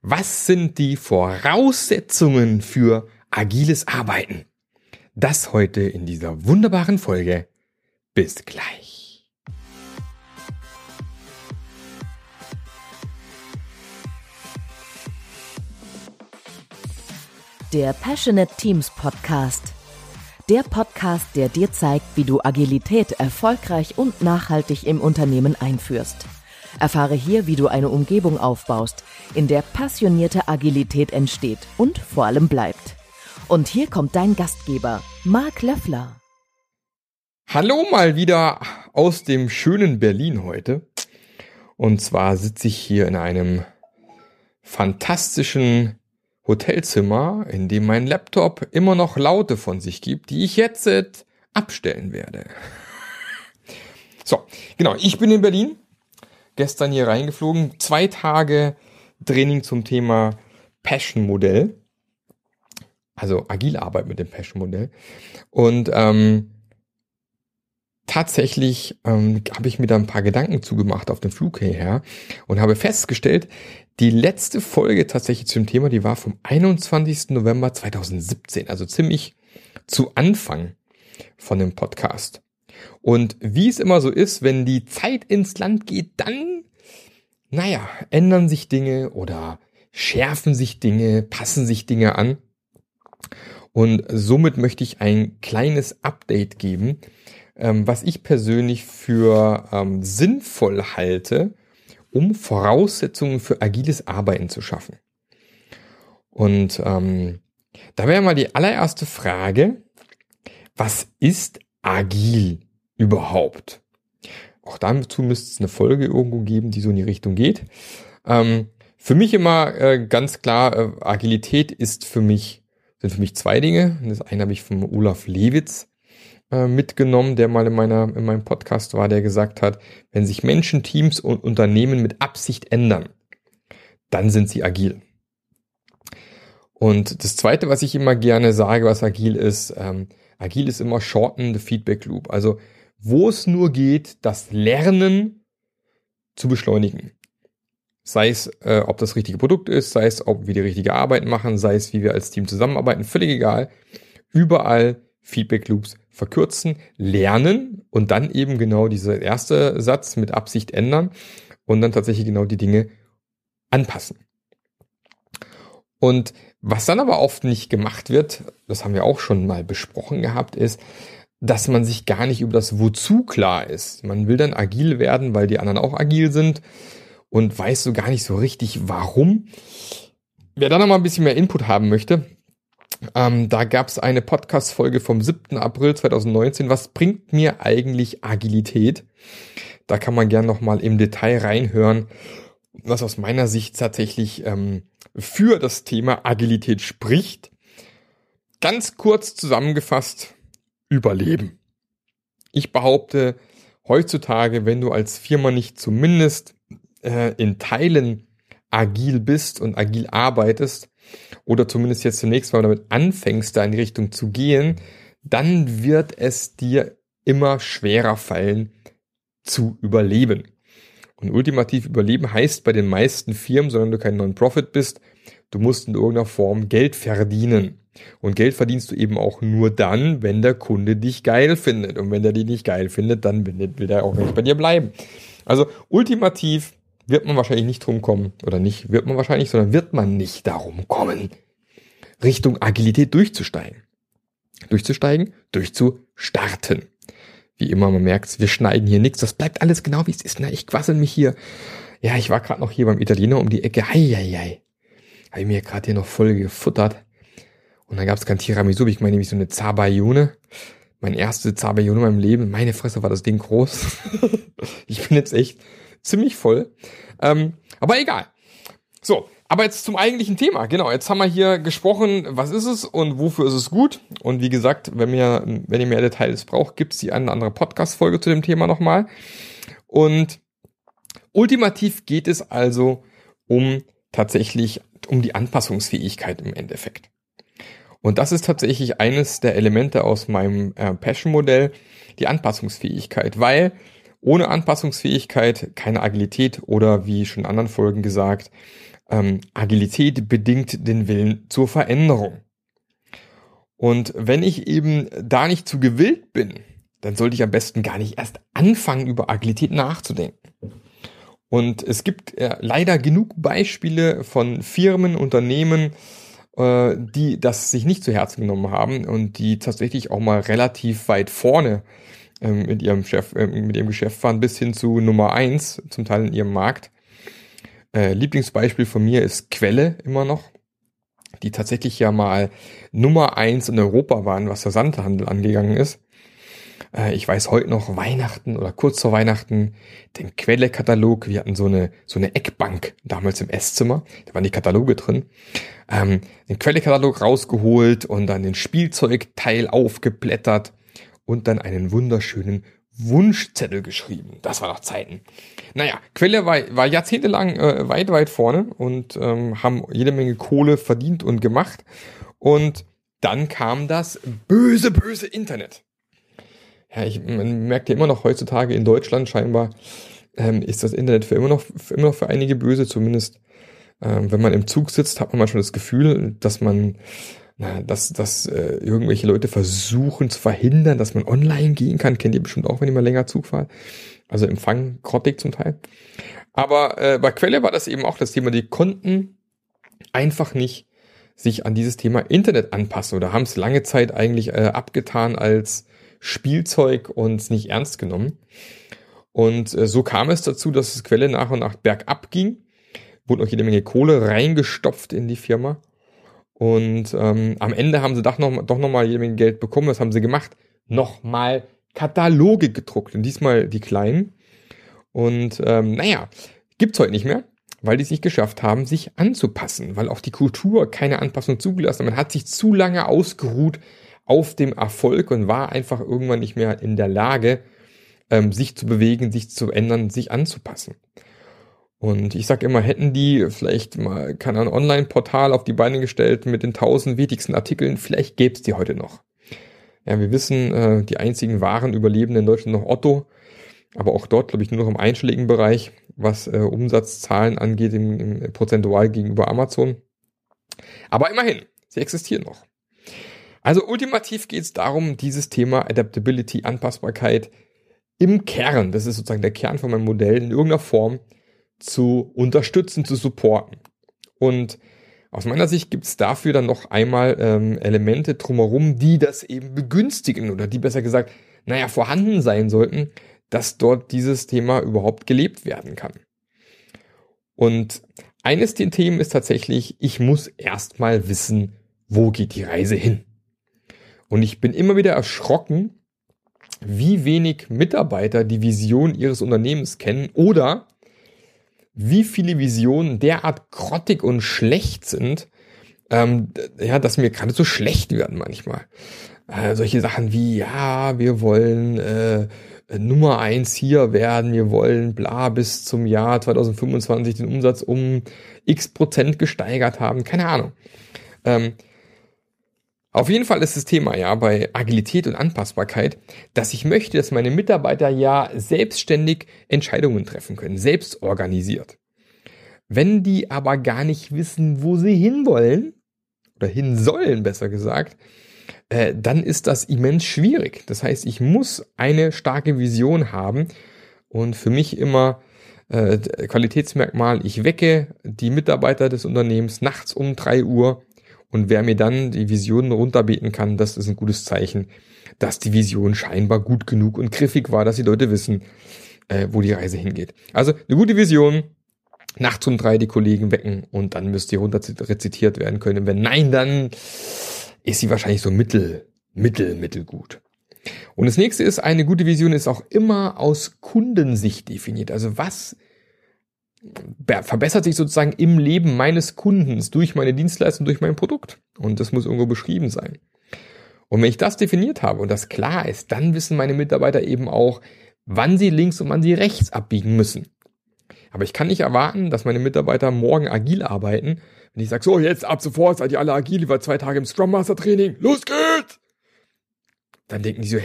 Was sind die Voraussetzungen für agiles Arbeiten? Das heute in dieser wunderbaren Folge. Bis gleich. Der Passionate Teams Podcast. Der Podcast, der dir zeigt, wie du Agilität erfolgreich und nachhaltig im Unternehmen einführst. Erfahre hier, wie du eine Umgebung aufbaust, in der passionierte Agilität entsteht und vor allem bleibt. Und hier kommt dein Gastgeber, Marc Löffler. Hallo mal wieder aus dem schönen Berlin heute. Und zwar sitze ich hier in einem fantastischen Hotelzimmer, in dem mein Laptop immer noch Laute von sich gibt, die ich jetzt abstellen werde. So, genau, ich bin in Berlin. Gestern hier reingeflogen, 2 Tage Training zum Thema Passion-Modell, also agile Arbeit mit dem Passion-Modell. Und tatsächlich habe ich mir da ein paar Gedanken zugemacht auf dem Flug hierher und habe festgestellt, die letzte Folge tatsächlich zum Thema, die war vom 21. November 2017, also ziemlich zu Anfang von dem Podcast. Und wie es immer so ist, wenn die Zeit ins Land geht, dann, ändern sich Dinge oder schärfen sich Dinge, passen sich Dinge an. Und somit möchte ich ein kleines Update geben, was ich persönlich für sinnvoll halte, um Voraussetzungen für agiles Arbeiten zu schaffen. Und da wäre mal die allererste Frage, was ist agil überhaupt? Auch dazu müsste es eine Folge irgendwo geben, die so in die Richtung geht. Für mich immer ganz klar, Agilität sind für mich 2 Dinge. Das eine habe ich von Olaf Lewitz mitgenommen, der mal in meinem Podcast war, der gesagt hat, wenn sich Menschen, Teams und Unternehmen mit Absicht ändern, dann sind sie agil. Und das Zweite, was ich immer gerne sage, was agil ist immer shorten the feedback loop. Also wo es nur geht, das Lernen zu beschleunigen. Sei es, ob das richtige Produkt ist, sei es, ob wir die richtige Arbeit machen, sei es, wie wir als Team zusammenarbeiten, völlig egal. Überall Feedback Loops verkürzen, lernen und dann eben genau dieser erste Satz mit Absicht ändern und dann tatsächlich genau die Dinge anpassen. Und was dann aber oft nicht gemacht wird, das haben wir auch schon mal besprochen gehabt, ist, dass man sich gar nicht über das Wozu klar ist. Man will dann agil werden, weil die anderen auch agil sind und weiß so gar nicht so richtig, warum. Wer da noch mal ein bisschen mehr Input haben möchte, da gab es eine Podcast-Folge vom 7. April 2019. Was bringt mir eigentlich Agilität? Da kann man gerne noch mal im Detail reinhören, was aus meiner Sicht tatsächlich für das Thema Agilität spricht. Ganz kurz zusammengefasst, Überleben. Ich behaupte, heutzutage, wenn du als Firma nicht zumindest in Teilen agil bist und agil arbeitest oder zumindest jetzt zunächst mal damit anfängst, da in die Richtung zu gehen, dann wird es dir immer schwerer fallen, zu überleben. Und ultimativ überleben heißt bei den meisten Firmen, solange du kein Non-Profit bist, du musst in irgendeiner Form Geld verdienen. Und Geld verdienst du eben auch nur dann, wenn der Kunde dich geil findet. Und wenn der dich nicht geil findet, dann will der auch nicht bei dir bleiben. Also ultimativ wird man wahrscheinlich nicht drum kommen, oder nicht wird man wahrscheinlich, sondern wird man nicht darum kommen, Richtung Agilität durchzustarten. Durchzustarten. Wie immer, man merkt, wir schneiden hier nichts, das bleibt alles genau wie es ist. Ich quassel mich hier. Ja, ich war gerade noch hier beim Italiener um die Ecke. Habe ich mir gerade hier noch voll gefuttert. Und dann gab es kein Tiramisu, ich meine nämlich so eine Zabayone. Mein erste Zabayone in meinem Leben. Meine Fresse, war das Ding groß. Ich bin jetzt echt ziemlich voll. Aber egal. So, aber jetzt zum eigentlichen Thema. Genau, jetzt haben wir hier gesprochen, was ist es und wofür ist es gut. Und wie gesagt, wenn ihr mehr Details braucht, gibt es die eine oder andere Podcast-Folge zu dem Thema nochmal. Und ultimativ geht es also um die Anpassungsfähigkeit im Endeffekt. Und das ist tatsächlich eines der Elemente aus meinem Passion-Modell, die Anpassungsfähigkeit, weil ohne Anpassungsfähigkeit keine Agilität oder wie schon in anderen Folgen gesagt, Agilität bedingt den Willen zur Veränderung. Und wenn ich eben da nicht zu gewillt bin, dann sollte ich am besten gar nicht erst anfangen, über Agilität nachzudenken. Und es gibt leider genug Beispiele von Firmen, Unternehmen, die das sich nicht zu Herzen genommen haben und die tatsächlich auch mal relativ weit vorne mit ihrem Geschäft waren, bis hin zu Nummer 1, zum Teil in ihrem Markt. Lieblingsbeispiel von mir ist Quelle immer noch, die tatsächlich ja mal Nummer 1 in Europa waren, was Versandhandel angegangen ist. Ich weiß heute noch Weihnachten oder kurz vor Weihnachten den Quelle-Katalog. Wir hatten so eine Eckbank damals im Esszimmer. Da waren die Kataloge drin. Den Quelle-Katalog rausgeholt und dann den Spielzeugteil aufgeblättert und dann einen wunderschönen Wunschzettel geschrieben. Das war noch Zeiten. Naja, Quelle war jahrzehntelang weit vorne und haben jede Menge Kohle verdient und gemacht. Und dann kam das böse Internet. Ja, man merkt ja immer noch heutzutage in Deutschland scheinbar ist das Internet immer noch für einige böse. Zumindest wenn man im Zug sitzt, hat man manchmal das Gefühl, dass irgendwelche Leute versuchen zu verhindern, dass man online gehen kann. Kennt ihr bestimmt auch, wenn ihr mal länger Zug fahrt. Also Empfang grottig zum Teil. Aber bei Quelle war das eben auch das Thema, die konnten einfach nicht sich an dieses Thema Internet anpassen oder haben es lange Zeit eigentlich abgetan als Spielzeug und nicht ernst genommen. Und so kam es dazu, dass das Quelle nach und nach bergab ging. Wurde noch jede Menge Kohle reingestopft in die Firma. Und am Ende haben sie doch noch mal jede Menge Geld bekommen. Was haben sie gemacht? Nochmal Kataloge gedruckt. Und diesmal die kleinen. Und gibt's heute nicht mehr, weil die es nicht geschafft haben, sich anzupassen. Weil auch die Kultur keine Anpassung zugelassen hat. Man hat sich zu lange ausgeruht auf dem Erfolg und war einfach irgendwann nicht mehr in der Lage, sich zu bewegen, sich zu ändern, sich anzupassen. Und ich sag immer, hätten die vielleicht mal, keine Ahnung, Online-Portal auf die Beine gestellt mit den 1000 wichtigsten Artikeln, vielleicht gäbe es die heute noch. Ja, wir wissen, die einzigen wahren Überlebenden in Deutschland noch Otto, aber auch dort, glaube ich, nur noch im einstelligen Bereich, was Umsatzzahlen angeht, im prozentual gegenüber Amazon. Aber immerhin, sie existieren noch. Also ultimativ geht es darum, dieses Thema Adaptability, Anpassbarkeit im Kern, das ist sozusagen der Kern von meinem Modell, in irgendeiner Form zu unterstützen, zu supporten. Und aus meiner Sicht gibt es dafür dann noch einmal Elemente drumherum, die das eben begünstigen oder die besser gesagt, vorhanden sein sollten, dass dort dieses Thema überhaupt gelebt werden kann. Und eines der Themen ist tatsächlich, ich muss erstmal wissen, wo geht die Reise hin? Und ich bin immer wieder erschrocken, wie wenig Mitarbeiter die Vision ihres Unternehmens kennen oder wie viele Visionen derart grottig und schlecht sind, dass mir gerade so schlecht werden manchmal. Solche Sachen wie, wir wollen Nummer 1 hier werden, wir wollen bis zum Jahr 2025 den Umsatz um x% gesteigert haben, keine Ahnung. Auf jeden Fall ist das Thema bei Agilität und Anpassbarkeit, dass ich möchte, dass meine Mitarbeiter selbstständig Entscheidungen treffen können, selbst organisiert. Wenn die aber gar nicht wissen, wo sie hinwollen, oder hin sollen, besser gesagt, dann ist das immens schwierig. Das heißt, ich muss eine starke Vision haben und für mich immer Qualitätsmerkmal, ich wecke die Mitarbeiter des Unternehmens nachts um 3 Uhr und wer mir dann die Vision runterbeten kann, das ist ein gutes Zeichen, dass die Vision scheinbar gut genug und griffig war, dass die Leute wissen, wo die Reise hingeht. Also eine gute Vision, nachts um 3 die Kollegen wecken und dann müsst ihr runter rezitiert werden können. Und wenn nein, dann ist sie wahrscheinlich so mittelgut. Und das nächste ist, eine gute Vision ist auch immer aus Kundensicht definiert. Also was verbessert sich sozusagen im Leben meines Kundens durch meine Dienstleistung, durch mein Produkt. Und das muss irgendwo beschrieben sein. Und wenn ich das definiert habe und das klar ist, dann wissen meine Mitarbeiter eben auch, wann sie links und wann sie rechts abbiegen müssen. Aber ich kann nicht erwarten, dass meine Mitarbeiter morgen agil arbeiten, wenn ich sage, so jetzt ab sofort seid ihr alle agil, über 2 Tage im Scrum Master Training, los geht's! Dann denken die so,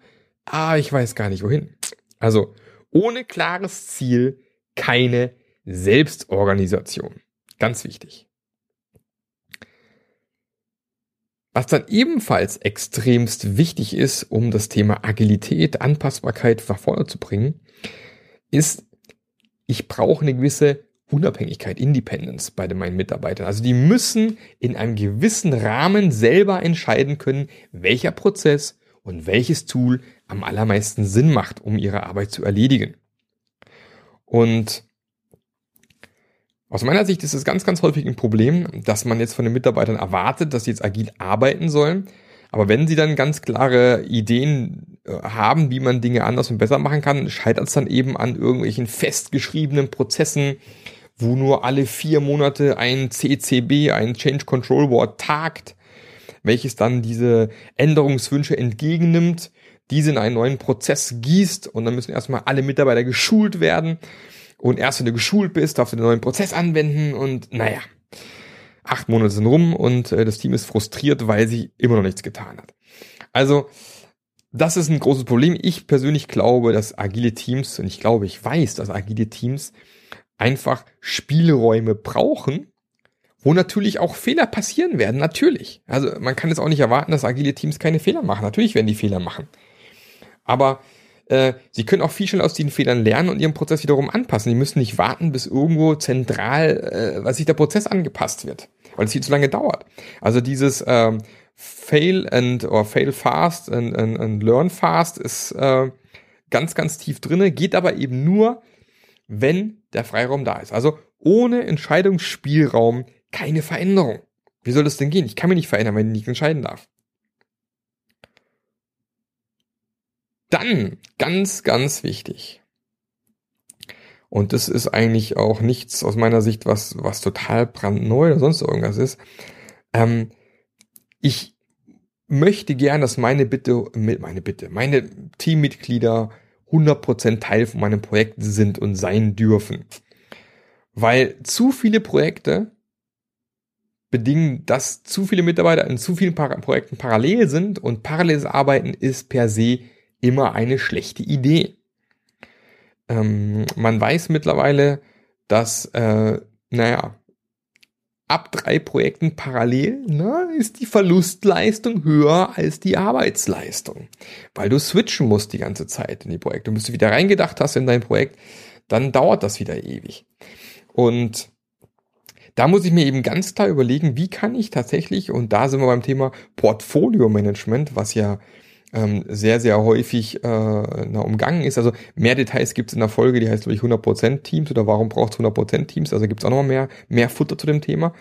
ich weiß gar nicht wohin. Also ohne klares Ziel keine Selbstorganisation. Ganz wichtig. Was dann ebenfalls extremst wichtig ist, um das Thema Agilität, Anpassbarkeit nach vorne zu bringen, ist, ich brauche eine gewisse Unabhängigkeit, Independence bei meinen Mitarbeitern. Also die müssen in einem gewissen Rahmen selber entscheiden können, welcher Prozess und welches Tool am allermeisten Sinn macht, um ihre Arbeit zu erledigen. Und aus meiner Sicht ist es ganz, ganz häufig ein Problem, dass man jetzt von den Mitarbeitern erwartet, dass sie jetzt agil arbeiten sollen. Aber wenn sie dann ganz klare Ideen haben, wie man Dinge anders und besser machen kann, scheitert es dann eben an irgendwelchen festgeschriebenen Prozessen, wo nur alle 4 Monate ein CCB, ein Change Control Board tagt, welches dann diese Änderungswünsche entgegennimmt, diese in einen neuen Prozess gießt und dann müssen erstmal alle Mitarbeiter geschult werden. Und erst wenn du geschult bist, darfst du den neuen Prozess anwenden und 8 Monate sind rum und das Team ist frustriert, weil sie immer noch nichts getan hat. Also das ist ein großes Problem. Ich persönlich glaube, dass agile Teams, und ich weiß, dass agile Teams einfach Spielräume brauchen, wo natürlich auch Fehler passieren werden, natürlich. Also man kann jetzt auch nicht erwarten, dass agile Teams keine Fehler machen. Natürlich werden die Fehler machen. Aber sie können auch viel schneller aus diesen Fehlern lernen und ihren Prozess wiederum anpassen. Die müssen nicht warten, bis irgendwo zentral, sich der Prozess angepasst wird, weil es viel zu lange dauert. Also dieses Fail fast and learn fast ist ganz, ganz tief drinne, geht aber eben nur, wenn der Freiraum da ist. Also ohne Entscheidungsspielraum keine Veränderung. Wie soll das denn gehen? Ich kann mich nicht verändern, wenn ich nicht entscheiden darf. Dann, ganz, ganz wichtig, und das ist eigentlich auch nichts aus meiner Sicht, was total brandneu oder sonst irgendwas ist, ich möchte gern, dass meine Teammitglieder 100% Teil von meinem Projekt sind und sein dürfen. Weil zu viele Projekte bedingen, dass zu viele Mitarbeiter in zu vielen Projekten parallel sind und paralleles Arbeiten ist per se immer eine schlechte Idee. Man weiß mittlerweile, dass, ab 3 Projekten parallel ist die Verlustleistung höher als die Arbeitsleistung, weil du switchen musst die ganze Zeit in die Projekte. Und bis du wieder reingedacht hast in dein Projekt, dann dauert das wieder ewig. Und da muss ich mir eben ganz klar überlegen, wie kann ich tatsächlich, und da sind wir beim Thema Portfolio-Management, was ja sehr, sehr häufig umgangen ist. Also mehr Details gibt es in der Folge, die heißt, glaube ich, 100% Teams oder warum braucht es 100% Teams? Also gibt es auch noch mehr Futter zu dem Thema.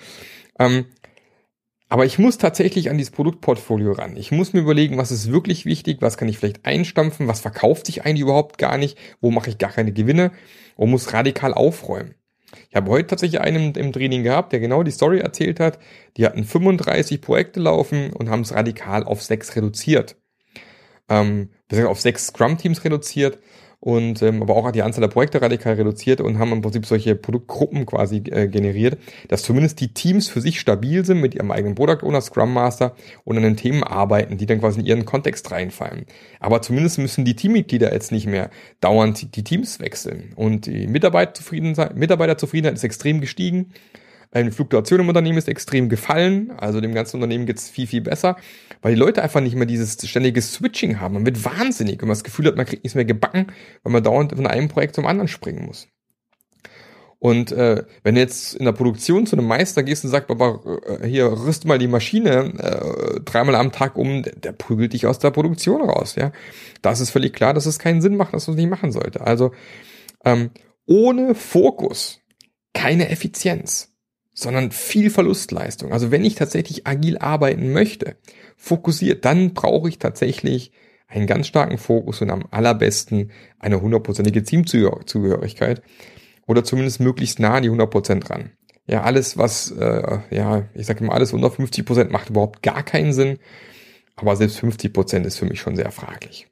Aber ich muss tatsächlich an dieses Produktportfolio ran. Ich muss mir überlegen, was ist wirklich wichtig, was kann ich vielleicht einstampfen, was verkauft sich eigentlich überhaupt gar nicht, wo mache ich gar keine Gewinne und muss radikal aufräumen. Ich habe heute tatsächlich einen im Training gehabt, der genau die Story erzählt hat. Die hatten 35 Projekte laufen und haben es radikal auf 6 reduziert. Auf 6 Scrum-Teams reduziert und aber auch die Anzahl der Projekte radikal reduziert und haben im Prinzip solche Produktgruppen quasi generiert, dass zumindest die Teams für sich stabil sind mit ihrem eigenen Product Owner, Scrum Master und an den Themen arbeiten, die dann quasi in ihren Kontext reinfallen. Aber zumindest müssen die Teammitglieder jetzt nicht mehr dauernd die Teams wechseln und die Mitarbeiterzufriedenheit ist extrem gestiegen. Eine Fluktuation im Unternehmen ist extrem gefallen, also dem ganzen Unternehmen geht's viel, viel besser, weil die Leute einfach nicht mehr dieses ständige Switching haben. Man wird wahnsinnig, wenn man das Gefühl hat, man kriegt nichts mehr gebacken, weil man dauernd von einem Projekt zum anderen springen muss. Und wenn du jetzt in der Produktion zu einem Meister gehst und sagst, aber hier rüst mal die Maschine 3-mal am Tag um, der prügelt dich aus der Produktion raus. Ja, das ist völlig klar, dass es keinen Sinn macht, dass man es nicht machen sollte. Also ohne Fokus keine Effizienz, sondern viel Verlustleistung. Also wenn ich tatsächlich agil arbeiten möchte, fokussiert, dann brauche ich tatsächlich einen ganz starken Fokus und am allerbesten eine 100%ige Teamzugehörigkeit oder zumindest möglichst nah an die 100% ran. Ja, alles was, ich sage immer, alles unter 50% macht überhaupt gar keinen Sinn, aber selbst 50% ist für mich schon sehr fraglich.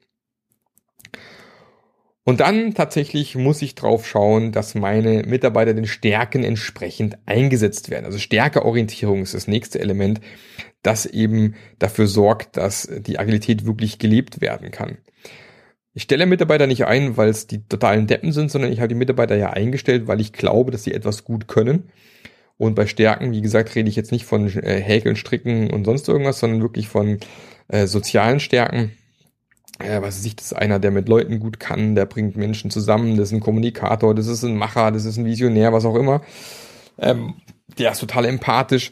Und dann tatsächlich muss ich drauf schauen, dass meine Mitarbeiter den Stärken entsprechend eingesetzt werden. Also Stärkeorientierung ist das nächste Element, das eben dafür sorgt, dass die Agilität wirklich gelebt werden kann. Ich stelle Mitarbeiter nicht ein, weil es die totalen Deppen sind, sondern ich habe die Mitarbeiter ja eingestellt, weil ich glaube, dass sie etwas gut können. Und bei Stärken, wie gesagt, rede ich jetzt nicht von Häkeln, Stricken und sonst irgendwas, sondern wirklich von sozialen Stärken. Was weiß ich, das ist einer, der mit Leuten gut kann, der bringt Menschen zusammen, das ist ein Kommunikator, das ist ein Macher, das ist ein Visionär, was auch immer. Der ist total empathisch.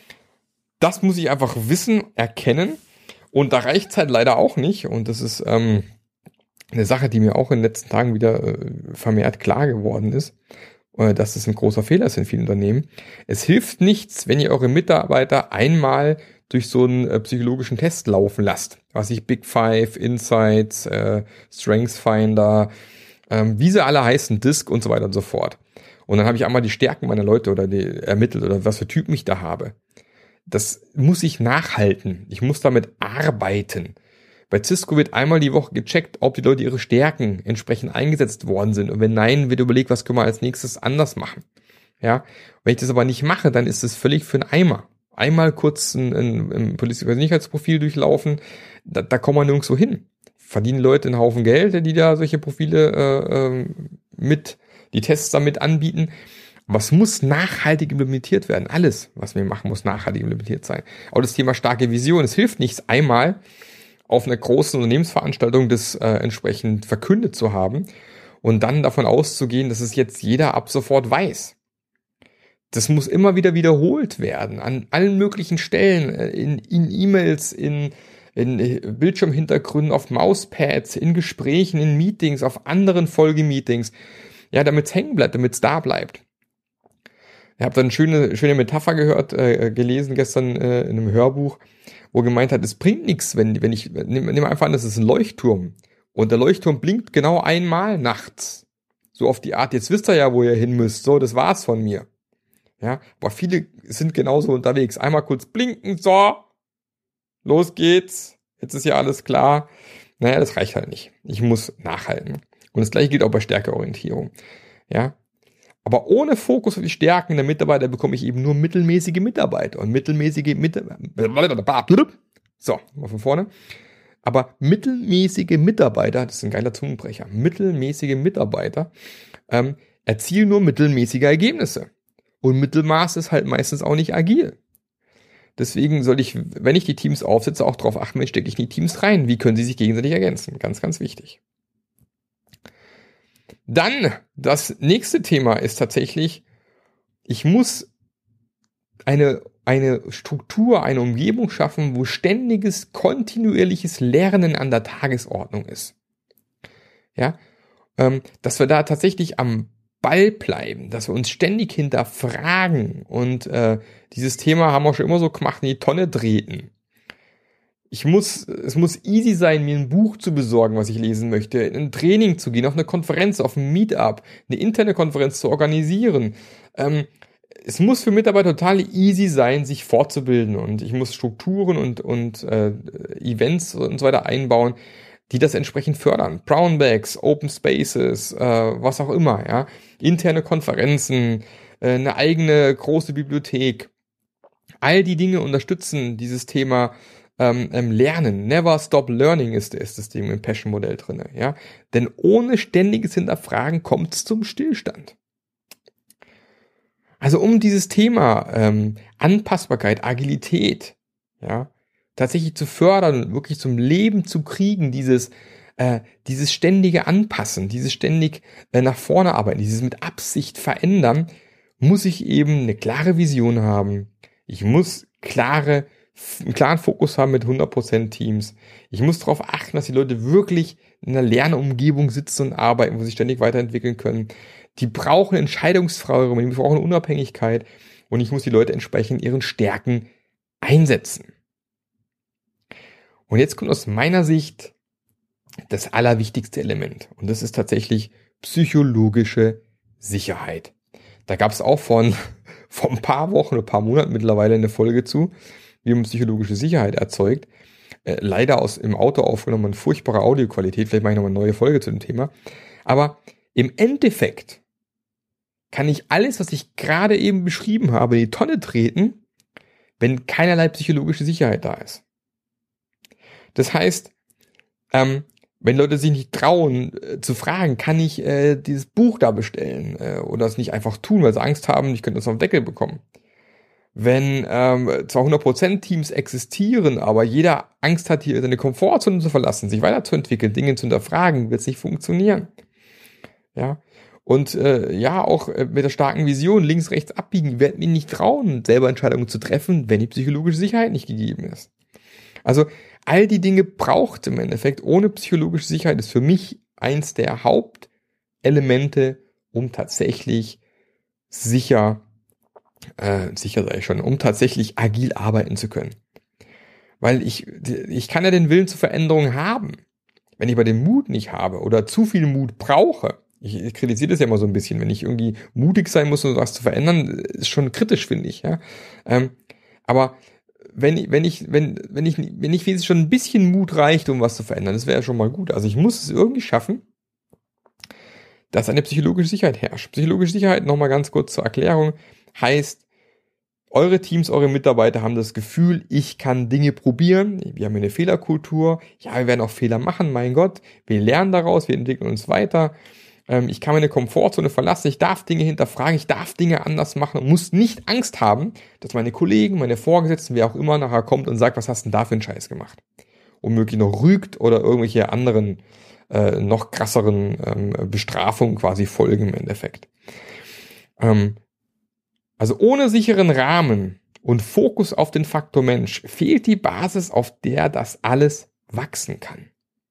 Das muss ich einfach wissen, erkennen. Und da reicht es halt leider auch nicht. Und das ist eine Sache, die mir auch in den letzten Tagen wieder vermehrt klar geworden ist, dass das ein großer Fehler ist in vielen Unternehmen. Es hilft nichts, wenn ihr eure Mitarbeiter einmal durch so einen psychologischen Test laufen lasst. Was ich Big Five, Insights, Strengths Finder, wie sie alle heißen, DISC und so weiter und so fort. Und dann habe ich einmal die Stärken meiner Leute oder die ermittelt oder was für Typen ich da habe. Das muss ich nachhalten. Ich muss damit arbeiten. Bei Cisco wird einmal die Woche gecheckt, ob die Leute ihre Stärken entsprechend eingesetzt worden sind. Und wenn nein, wird überlegt, was können wir als nächstes anders machen. Ja, wenn ich das aber nicht mache, dann ist es völlig für einen Eimer. Einmal kurz ein Persönlichkeitsprofil durchlaufen, da kommen wir nirgendwo hin. Verdienen Leute einen Haufen Geld, die da solche Profile mit die Tests damit anbieten. Was muss nachhaltig implementiert werden? Alles, was wir machen, muss nachhaltig implementiert sein. Auch das Thema starke Vision. Es hilft nichts, einmal auf einer großen Unternehmensveranstaltung das entsprechend verkündet zu haben und dann davon auszugehen, dass es jetzt jeder ab sofort weiß. Das muss immer wieder wiederholt werden, an allen möglichen Stellen, in E-Mails, in Bildschirmhintergründen, auf Mauspads, in Gesprächen, in Meetings, auf anderen Folgemeetings. Ja, damit es hängen bleibt, damit es da bleibt. Ich habe da eine schöne Metapher gelesen gestern in einem Hörbuch, wo gemeint hat, es bringt nichts, wenn ich nehme einfach an, das ist ein Leuchtturm und der Leuchtturm blinkt genau einmal nachts. So auf die Art, jetzt wisst ihr ja, wo ihr hin müsst, so, das war's von mir. Ja, aber viele sind genauso unterwegs. Einmal kurz blinken, so, los geht's, jetzt ist ja alles klar. Naja, das reicht halt nicht. Ich muss nachhalten. Und das gleiche gilt auch bei Stärkeorientierung. Ja, aber ohne Fokus auf die Stärken der Mitarbeiter bekomme ich eben nur mittelmäßige Mitarbeiter. Und mittelmäßige Mitarbeiter, so, mal von vorne. Aber mittelmäßige Mitarbeiter, das ist ein geiler Zungenbrecher, mittelmäßige Mitarbeiter erzielen nur mittelmäßige Ergebnisse. Und Mittelmaß ist halt meistens auch nicht agil. Deswegen soll ich, wenn ich die Teams aufsetze, auch darauf achten, wie stecke ich in die Teams rein. Wie können sie sich gegenseitig ergänzen? Ganz, ganz wichtig. Dann, das nächste Thema ist tatsächlich, ich muss eine Struktur, eine Umgebung schaffen, wo ständiges, kontinuierliches Lernen an der Tagesordnung ist. Ja, dass wir da tatsächlich am Ball bleiben, dass wir uns ständig hinterfragen und dieses Thema haben wir schon immer so gemacht, in die Tonne treten. Es muss easy sein, mir ein Buch zu besorgen, was ich lesen möchte, in ein Training zu gehen, auf eine Konferenz, auf ein Meetup, eine interne Konferenz zu organisieren. Es muss für Mitarbeiter total easy sein, sich fortzubilden und ich muss Strukturen und Events und so weiter einbauen, die das entsprechend fördern. Brown Bags, Open Spaces, was auch immer, ja. Interne Konferenzen, eine eigene große Bibliothek. All die Dinge unterstützen dieses Thema Lernen. Never stop learning ist das Ding im Passion-Modell drin, ja. Denn ohne ständiges Hinterfragen kommt es zum Stillstand. Also um dieses Thema Anpassbarkeit, Agilität, ja, tatsächlich zu fördern und wirklich zum Leben zu kriegen, dieses ständige Anpassen, dieses ständig nach vorne arbeiten, dieses mit Absicht verändern, muss ich eben eine klare Vision haben. Ich muss einen klaren Fokus haben mit 100% Teams. Ich muss darauf achten, dass die Leute wirklich in einer Lernumgebung sitzen und arbeiten, wo sie ständig weiterentwickeln können. Die brauchen Entscheidungsfreiräume, die brauchen Unabhängigkeit und ich muss die Leute entsprechend ihren Stärken einsetzen. Und jetzt kommt aus meiner Sicht das allerwichtigste Element und das ist tatsächlich psychologische Sicherheit. Da gab es auch vor ein paar Wochen, ein paar Monaten mittlerweile eine Folge zu, wie man psychologische Sicherheit erzeugt. Leider im Auto aufgenommen, furchtbare Audioqualität, vielleicht mache ich noch eine neue Folge zu dem Thema. Aber im Endeffekt kann ich alles, was ich gerade eben beschrieben habe, in die Tonne treten, wenn keinerlei psychologische Sicherheit da ist. Das heißt, wenn Wenn Leute sich nicht trauen, zu fragen, kann ich dieses Buch da bestellen oder es nicht einfach tun, weil sie Angst haben, ich könnte das auf den Deckel bekommen. Wenn zwar 100% Teams existieren, aber jeder Angst hat, hier seine Komfortzone zu verlassen, sich weiterzuentwickeln, Dinge zu hinterfragen, wird es nicht funktionieren. Ja. Und auch mit der starken Vision, links, rechts abbiegen, werden wir nicht trauen, selber Entscheidungen zu treffen, wenn die psychologische Sicherheit nicht gegeben ist. Also all die Dinge braucht im Endeffekt. Ohne psychologische Sicherheit ist für mich eins der Hauptelemente, um tatsächlich um tatsächlich agil arbeiten zu können. Weil ich kann ja den Willen zur Veränderung haben. Wenn ich aber den Mut nicht habe oder zu viel Mut brauche, ich kritisiere das ja immer so ein bisschen, wenn ich irgendwie mutig sein muss, um was zu verändern, ist schon kritisch, finde ich. Ja? Aber wenn ich wenigstens schon ein bisschen Mut reicht, um was zu verändern, das wäre ja schon mal gut. Also ich muss es irgendwie schaffen, dass eine psychologische Sicherheit herrscht. Psychologische Sicherheit, nochmal ganz kurz zur Erklärung, heißt, eure Teams, eure Mitarbeiter haben das Gefühl, ich kann Dinge probieren, wir haben eine Fehlerkultur, ja, wir werden auch Fehler machen, mein Gott, wir lernen daraus, wir entwickeln uns weiter, ich kann meine Komfortzone verlassen, ich darf Dinge hinterfragen, ich darf Dinge anders machen und muss nicht Angst haben, dass meine Kollegen, meine Vorgesetzten, wer auch immer nachher kommt und sagt, was hast du denn da für einen Scheiß gemacht? Womöglich noch rügt oder irgendwelche anderen, noch krasseren Bestrafungen quasi folgen im Endeffekt. Also ohne sicheren Rahmen und Fokus auf den Faktor Mensch fehlt die Basis, auf der das alles wachsen kann.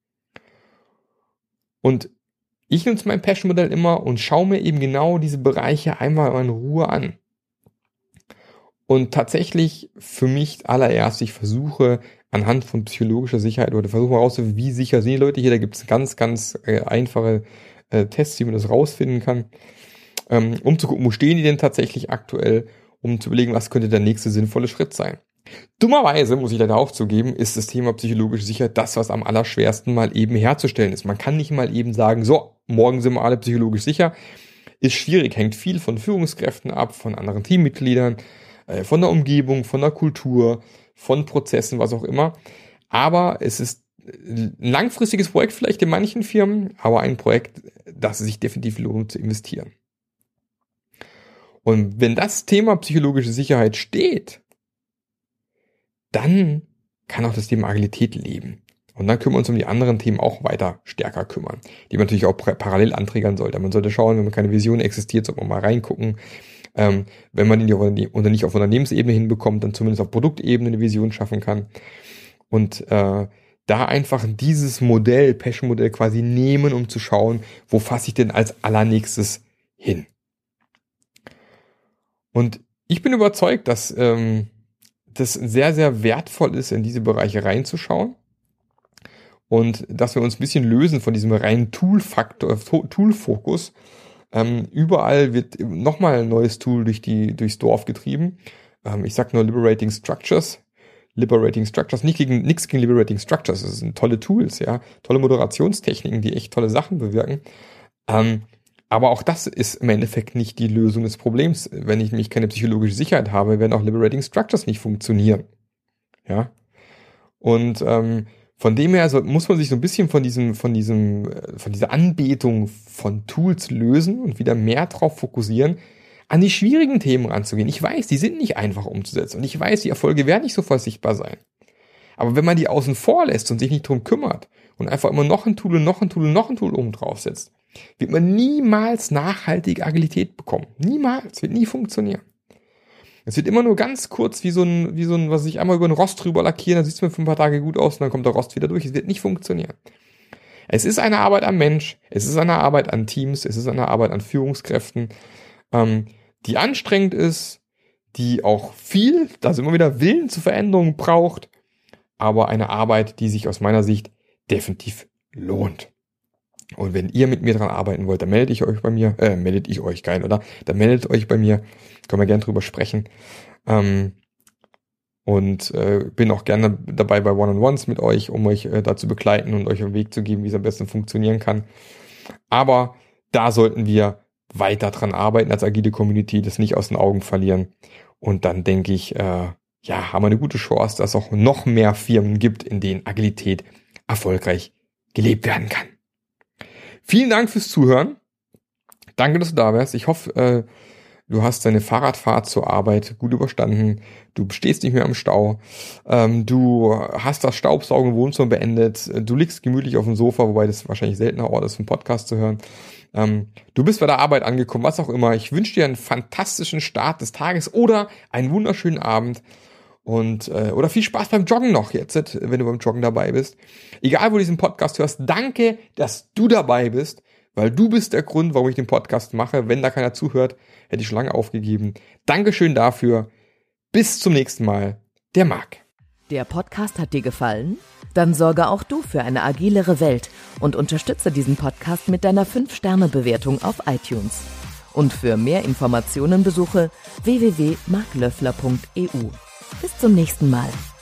Und ich nutze mein Passion-Modell immer und schaue mir eben genau diese Bereiche einmal in Ruhe an. Und tatsächlich für mich allererst, ich versuche anhand von psychologischer Sicherheit oder versuche herauszufinden, wie sicher sind die Leute hier. Da gibt es ganz, ganz einfache Tests, wie man das rausfinden kann, um zu gucken, wo stehen die denn tatsächlich aktuell, um zu überlegen, was könnte der nächste sinnvolle Schritt sein. Dummerweise, muss ich leider auch zugeben, ist das Thema psychologische Sicherheit das, was am allerschwersten mal eben herzustellen ist. Man kann nicht mal eben sagen, so, morgen sind wir alle psychologisch sicher. Ist schwierig, hängt viel von Führungskräften ab, von anderen Teammitgliedern, von der Umgebung, von der Kultur, von Prozessen, was auch immer. Aber es ist ein langfristiges Projekt vielleicht in manchen Firmen, aber ein Projekt, das sich definitiv lohnt zu investieren. Und wenn das Thema psychologische Sicherheit steht, dann kann auch das Thema Agilität leben. Und dann können wir uns um die anderen Themen auch weiter stärker kümmern, die man natürlich auch parallel anträgern sollte. Man sollte schauen, wenn man keine Vision existiert, sollte man mal reingucken. Wenn man die nicht auf Unternehmensebene hinbekommt, dann zumindest auf Produktebene eine Vision schaffen kann. Und da einfach dieses Modell, Passion-Modell quasi nehmen, um zu schauen, wo fasse ich denn als allernächstes hin. Und ich bin überzeugt, dass das sehr, sehr wertvoll ist, in diese Bereiche reinzuschauen und dass wir uns ein bisschen lösen von diesem reinen Tool-Fokus. Überall wird nochmal ein neues Tool durchs Dorf getrieben. Ich sag nur Liberating Structures, nichts gegen Liberating Structures, das sind tolle Tools, ja, tolle Moderationstechniken, die echt tolle Sachen bewirken. Aber auch das ist im Endeffekt nicht die Lösung des Problems. Wenn ich nämlich keine psychologische Sicherheit habe, werden auch Liberating Structures nicht funktionieren. Ja. Und von dem her muss man sich so ein bisschen von dieser Anbetung von Tools lösen und wieder mehr drauf fokussieren, an die schwierigen Themen ranzugehen. Ich weiß, die sind nicht einfach umzusetzen und ich weiß, die Erfolge werden nicht sofort sichtbar sein. Aber wenn man die außen vor lässt und sich nicht drum kümmert und einfach immer noch ein Tool und noch ein Tool und noch ein Tool oben drauf setzt, wird man niemals nachhaltige Agilität bekommen. Niemals. Wird nie funktionieren. Es wird immer nur ganz kurz wie so ein, was ich einmal über einen Rost drüber lackieren, dann sieht es mir für ein paar Tage gut aus und dann kommt der Rost wieder durch. Es wird nicht funktionieren. Es ist eine Arbeit am Mensch, es ist eine Arbeit an Teams, es ist eine Arbeit an Führungskräften, die anstrengend ist, die auch viel, da sind wir wieder Willen zur Veränderung braucht, aber eine Arbeit, die sich aus meiner Sicht definitiv lohnt. Und wenn ihr mit mir dran arbeiten wollt, dann meldet ich euch bei mir, Dann meldet euch bei mir, können wir gerne drüber sprechen. Bin auch gerne dabei bei One-on-Ones mit euch, um euch da zu begleiten und euch einen Weg zu geben, wie es am besten funktionieren kann. Aber da sollten wir weiter dran arbeiten als agile Community, das nicht aus den Augen verlieren. Und dann denke ich, haben wir eine gute Chance, dass es auch noch mehr Firmen gibt, in denen Agilität erfolgreich gelebt werden kann. Vielen Dank fürs Zuhören. Danke, dass du da warst. Ich hoffe, du hast deine Fahrradfahrt zur Arbeit gut überstanden. Du stehst nicht mehr im Stau. Du hast das Staubsaugen im Wohnzimmer beendet. Du liegst gemütlich auf dem Sofa, wobei das wahrscheinlich seltener Ort ist, einen Podcast zu hören. Du bist bei der Arbeit angekommen, was auch immer. Ich wünsche dir einen fantastischen Start des Tages oder einen wunderschönen Abend. Und oder viel Spaß beim Joggen noch jetzt, wenn du beim Joggen dabei bist. Egal, wo du diesen Podcast hörst, danke, dass du dabei bist, weil du bist der Grund, warum ich den Podcast mache. Wenn da keiner zuhört, hätte ich schon lange aufgegeben. Dankeschön dafür. Bis zum nächsten Mal. Der Marc. Der Podcast hat dir gefallen? Dann sorge auch du für eine agilere Welt und unterstütze diesen Podcast mit deiner 5-Sterne-Bewertung auf iTunes. Und für mehr Informationen besuche www.marklöffler.eu. Bis zum nächsten Mal.